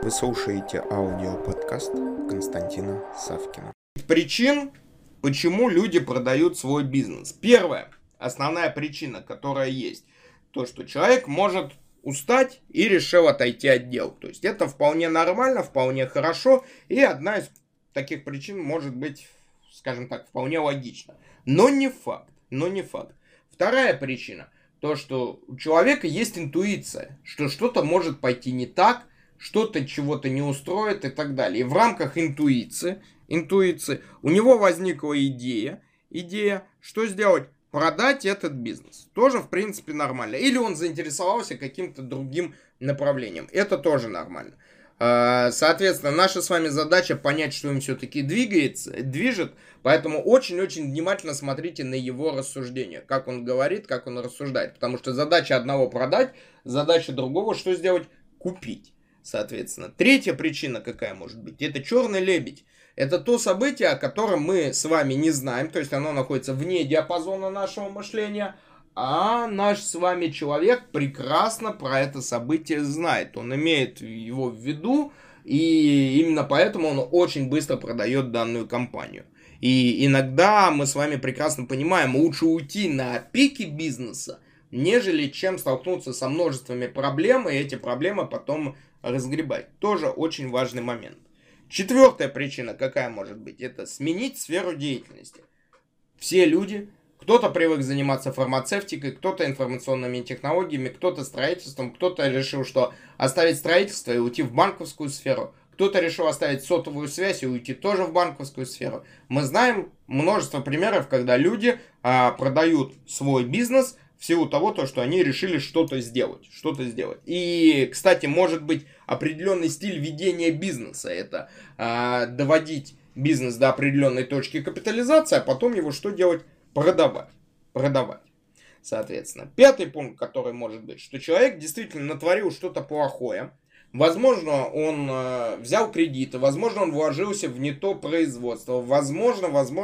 Вы слушаете аудиоподкаст Константина Савкина. Причин, почему люди продают свой бизнес. Первая, основная причина, которая есть, то, что человек может устать и решил отойти от дел. То есть это вполне нормально, вполне хорошо, и одна из таких причин может быть, скажем так, вполне логична. Но не факт. Вторая причина, то, что у человека есть интуиция, что что-то может пойти не так, что-то чего-то не устроит и так далее. И в рамках интуиции у него возникла идея, что сделать? Продать этот бизнес. Тоже, в принципе, нормально. Или он заинтересовался каким-то другим направлением. Это тоже нормально. Соответственно, наша с вами задача понять, что им все-таки движет. Поэтому очень-очень внимательно смотрите на его рассуждения. Как он говорит, как он рассуждает. Потому что задача одного продать, задача другого что сделать? Купить. Соответственно, третья причина какая может быть? Это черный лебедь. Это то событие, о котором мы с вами не знаем. То есть оно находится вне диапазона нашего мышления. А наш с вами человек прекрасно про это событие знает. Он имеет его в виду. И именно поэтому он очень быстро продает данную компанию. И иногда мы с вами прекрасно понимаем, лучше уйти на пике бизнеса, нежели чем столкнуться со множествами проблем, и эти проблемы потом разгребать. Тоже очень важный момент. Четвертая причина какая может быть? Это сменить сферу деятельности. Все люди, кто-то привык заниматься фармацевтикой, кто-то информационными технологиями, кто-то строительством, кто-то решил, что оставить строительство и уйти в банковскую сферу. Кто-то решил оставить сотовую связь и уйти тоже в банковскую сферу. Мы знаем множество примеров, когда люди продают свой бизнес в силу того, что они решили что-то сделать. И, кстати, может быть определенный стиль ведения бизнеса. Это доводить бизнес до определенной точки капитализации, а потом его что делать? Продавать. Соответственно, пятый пункт, который может быть, что человек действительно натворил что-то плохое. Возможно, он взял кредиты, возможно, он вложился в не то производство. Возможно,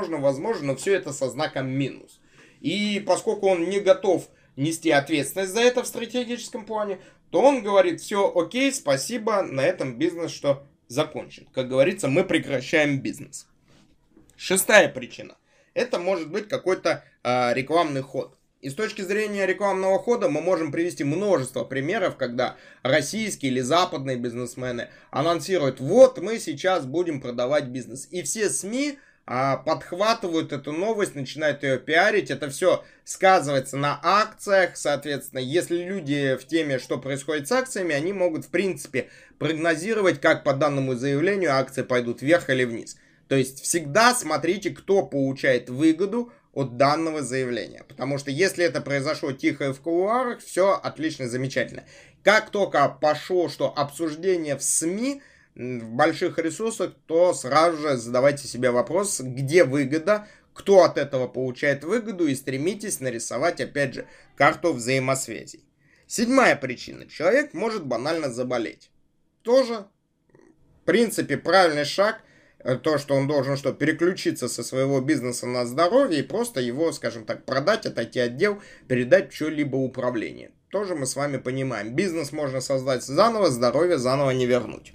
но все это со знаком минус. И поскольку он не готов нести ответственность за это в стратегическом плане, то он говорит: все, окей, спасибо, на этом бизнес что закончен. Как говорится, мы прекращаем бизнес. Шестая причина. Это может быть какой-то рекламный ход. И с точки зрения рекламного хода мы можем привести множество примеров, когда российские или западные бизнесмены анонсируют: вот мы сейчас будем продавать бизнес. И все СМИ подхватывают эту новость, начинают ее пиарить. Это все сказывается на акциях. Соответственно, если люди в теме, что происходит с акциями, они могут в принципе прогнозировать, как по данному заявлению акции пойдут вверх или вниз. То есть всегда смотрите, кто получает выгоду от данного заявления. Потому что если это произошло тихо в кулуарах, все отлично, замечательно. Как только пошло, что обсуждение в СМИ, в больших ресурсах, то сразу же задавайте себе вопрос, где выгода, кто от этого получает выгоду, и стремитесь нарисовать, опять же, карту взаимосвязей. Седьмая причина. Человек может банально заболеть. Тоже, в принципе, правильный шаг. То, что он должен переключиться со своего бизнеса на здоровье и просто его, скажем так, продать, отойти от дел, передать в что-либо управление. Тоже мы с вами понимаем. Бизнес можно создать заново, здоровье заново не вернуть.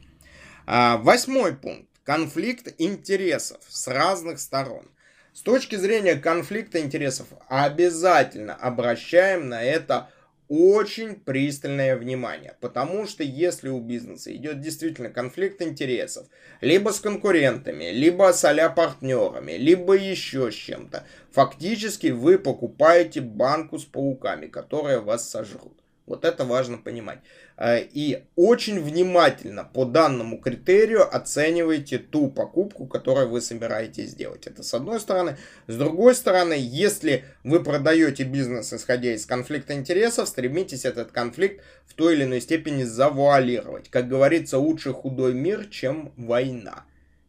Восьмой пункт. Конфликт интересов с разных сторон. С точки зрения конфликта интересов обязательно обращаем на это очень пристальное внимание, потому что если у бизнеса идет действительно конфликт интересов, либо с конкурентами, либо с а-ля партнерами, либо еще с чем-то, фактически вы покупаете банку с пауками, которые вас сожрут. Вот это важно понимать. И очень внимательно по данному критерию оценивайте ту покупку, которую вы собираетесь сделать. Это с одной стороны. С другой стороны, если вы продаете бизнес, исходя из конфликта интересов, стремитесь этот конфликт в той или иной степени завуалировать. Как говорится, лучше худой мир, чем война.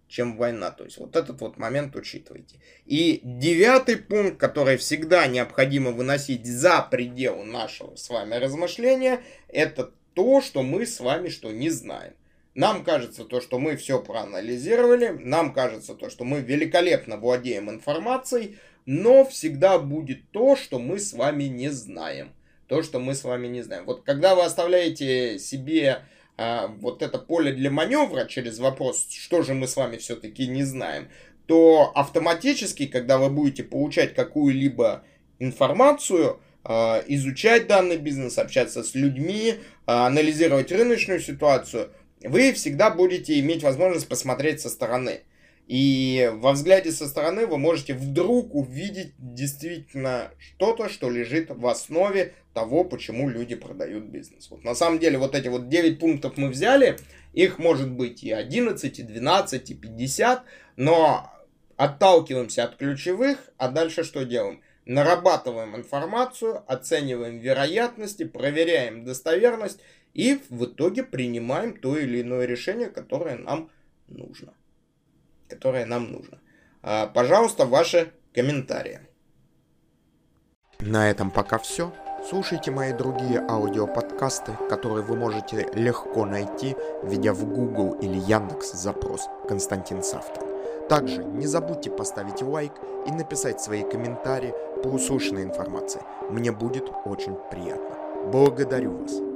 То есть вот этот вот момент учитывайте. И девятый пункт, который всегда необходимо выносить за пределы нашего с вами размышления, это то, что мы с вами не знаем. Нам кажется что мы все проанализировали, нам кажется что мы великолепно владеем информацией, но всегда будет то, что мы с вами не знаем. Вот когда вы оставляете себе вот это поле для маневра через вопрос, что же мы с вами все-таки не знаем, то автоматически, когда вы будете получать какую-либо информацию, изучать данный бизнес, общаться с людьми, анализировать рыночную ситуацию, вы всегда будете иметь возможность посмотреть со стороны. И во взгляде со стороны вы можете вдруг увидеть действительно что-то, что лежит в основе того, почему люди продают бизнес. Вот на самом деле вот эти вот 9 пунктов мы взяли, их может быть и 11, и 12, и 50, но отталкиваемся от ключевых, а дальше что делаем? Нарабатываем информацию, оцениваем вероятности, проверяем достоверность и в итоге принимаем то или иное решение, которое нам нужно. Пожалуйста, ваши комментарии. На этом пока все. Слушайте мои другие аудиоподкасты, которые вы можете легко найти, введя в Google или Яндекс запрос «Константин Савкин». Также не забудьте поставить лайк и написать свои комментарии по услышанной информации. Мне будет очень приятно. Благодарю вас.